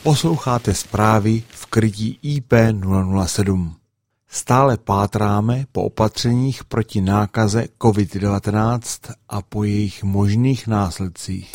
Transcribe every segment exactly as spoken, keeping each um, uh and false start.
Posloucháte zprávy v krytí í pé nula nula sedm. Stále pátráme po opatřeních proti nákaze covid devatenáct a po jejich možných následcích.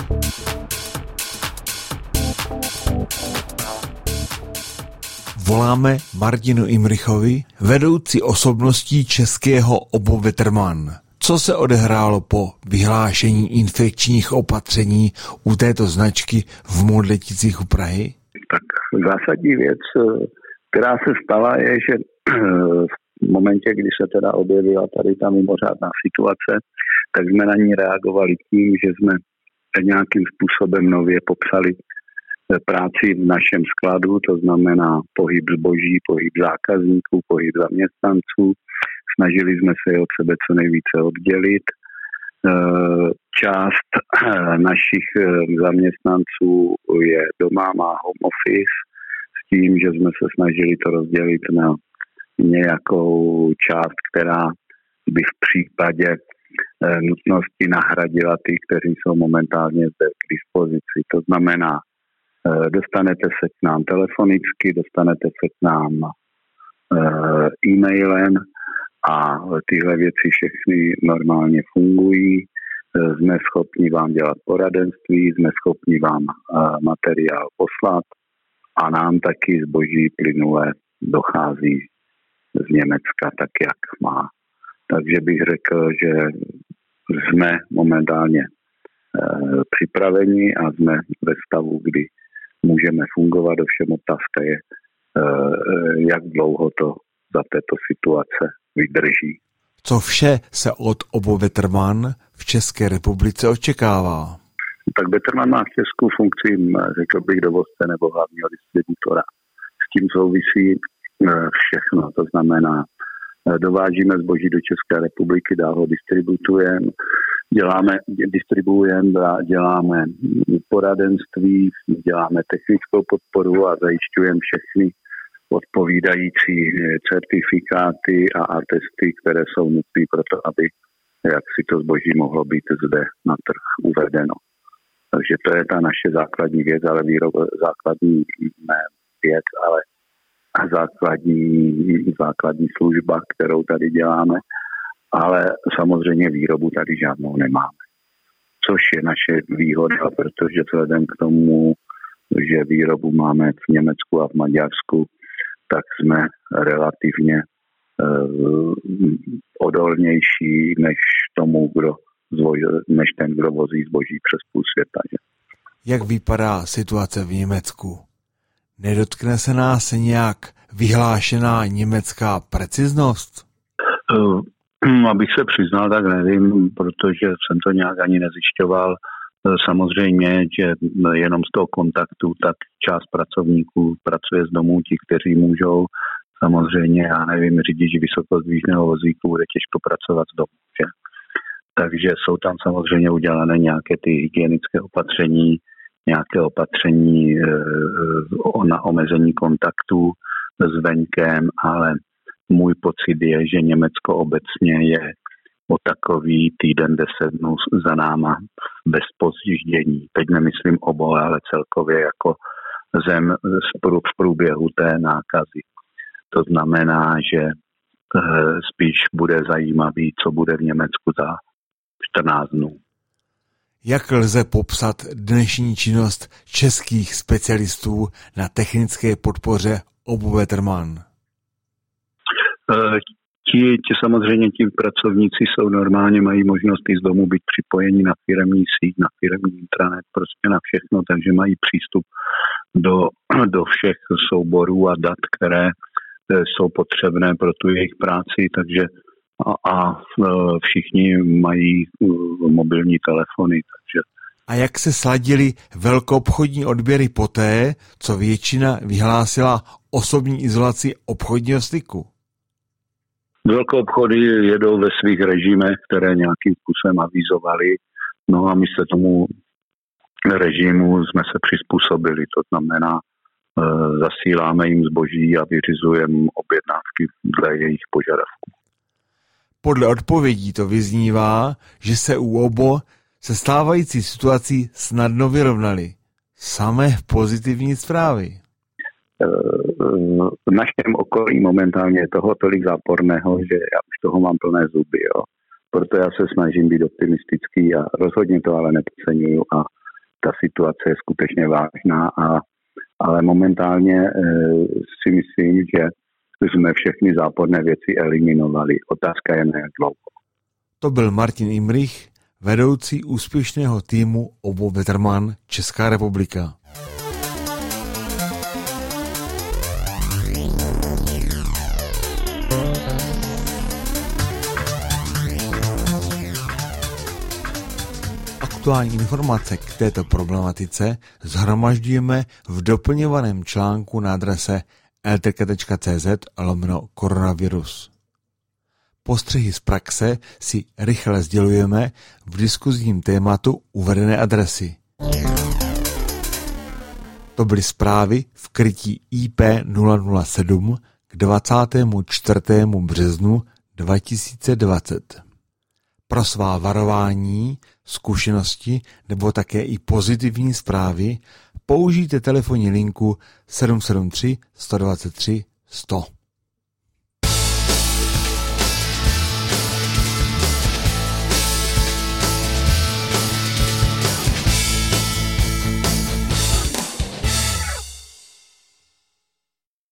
Voláme Martinu Imrichovi, vedoucí osobností českého Obo Wettermann. Co se odehrálo po vyhlášení infekčních opatření u této značky v Modleticích u Prahy? Tak zásadní věc, která se stala, je, že v momentě, kdy se teda objevila tady ta mimořádná situace, tak jsme na ní reagovali tím, že jsme nějakým způsobem nově popsali práci v našem skladu, to znamená pohyb zboží, pohyb zákazníků, pohyb zaměstnanců. Snažili jsme se je od sebe co nejvíce oddělit. Část našich zaměstnanců je doma, má home office, s tím, že jsme se snažili to rozdělit na nějakou část, která by v případě nutnosti nahradila ty, kteří jsou momentálně zde k dispozici. To znamená, dostanete se k nám telefonicky, dostanete se k nám e-mailem a tyhle věci všechny normálně fungují. Jsme schopni vám dělat poradenství, jsme schopni vám materiál poslat a nám taky zboží plynule dochází z Německa tak, jak má. Takže bych řekl, že jsme momentálně připraveni a jsme ve stavu, kdy můžeme fungovat, ovšem otázka je, jak dlouho to za této situace vydrží. Co vše se od Obo Wettermann v České republice očekává? Tak Wettermann má v Česku funkci, řekl bych, dovozce nebo hlavního distributora. S tím souvisí všechno, to znamená, dovážíme zboží do České republiky, dál ho distributujeme, děláme, distribuujeme, děláme poradenství, děláme technickou podporu a zajišťujeme všechny odpovídající certifikáty a atesty, které jsou nutné pro to, aby jak si to zboží mohlo být zde na trh uvedeno. Takže to je ta naše základní věc, ale výrob, základní ne věc, ale základní, základní služba, kterou tady děláme, ale samozřejmě výrobu tady žádnou nemáme. Což je naše výhoda, protože vzhledem k tomu, že výrobu máme v Německu a v Maďarsku, tak jsme relativně uh, odolnější než tomu, kdo zvož, než ten, kdo vozí zboží přes půl světa. Že? Jak vypadá situace v Německu? Nedotkne se nás nějak vyhlášená německá preciznost? Uh, abych se přiznal, tak nevím, protože jsem to nějak ani nezjišťoval. Samozřejmě, že jenom z toho kontaktu, tak část pracovníků pracuje z domů, ti, kteří můžou. Samozřejmě, já nevím, řidič vysokozdvižného vozíku bude těžko pracovat z domu. Že? Takže jsou tam samozřejmě udělané nějaké ty hygienické opatření, nějaké opatření e, na omezení kontaktů s venkem, ale můj pocit je, že Německo obecně je o takový týden, deset dnů za náma bez pozjíždění. Teď nemyslím oboje, ale celkově jako zem v průběhu té nákazy. To znamená, že e, spíš bude zajímavý, co bude v Německu za čtrnáct dnů. Jak lze popsat dnešní činnost českých specialistů na technické podpoře Obo Wettermann? E, Ti, ti samozřejmě ti pracovníci jsou normálně, mají možnost i z domu být připojeni na firemní síť, na firemní intranet, prostě na všechno, takže mají přístup do, do všech souborů a dat, které jsou potřebné pro tu jejich práci, takže a, a všichni mají mobilní telefony. Takže. A jak se sladily velkoobchodní odběry poté, co většina vyhlásila osobní izolaci obchodního styku? Velké obchody jedou ve svých režimech, které nějakým způsobem avizovali. No a my se tomu režimu jsme se přizpůsobili. To znamená, e, zasíláme jim zboží a vyřizujeme objednávky dle jejich požadavků. Podle odpovědí to vyznívá, že se u Obo se stávající situací snadno vyrovnali. Samé pozitivní zprávy. V našem okolí momentálně je toho tolik záporného, že já už toho mám plné zuby. Jo. Proto já se snažím být optimistický a rozhodně to ale nepodceňuju a ta situace je skutečně vážná, a, ale momentálně e, si myslím, že jsme všechny záporné věci eliminovali. Otázka je, na jak dlouho. To byl Martin Imrich, vedoucí úspěšného týmu Obo Wetermann Česká republika. Aktuální informace k této problematice shromažďujeme v doplňovaném článku na adrese eltk.cz lomeno koronavirus. Postřehy z praxe si rychle sdělujeme v diskuzním tématu uvedené adresy. To byly zprávy v krytí í pé nula nula sedm k dvacátého čtvrtého březnu dva tisíce dvacet. Pro svá varování, zkušenosti nebo také i pozitivní zprávy použijte telefonní linku sedm sedm tři sto dvacet tři sto.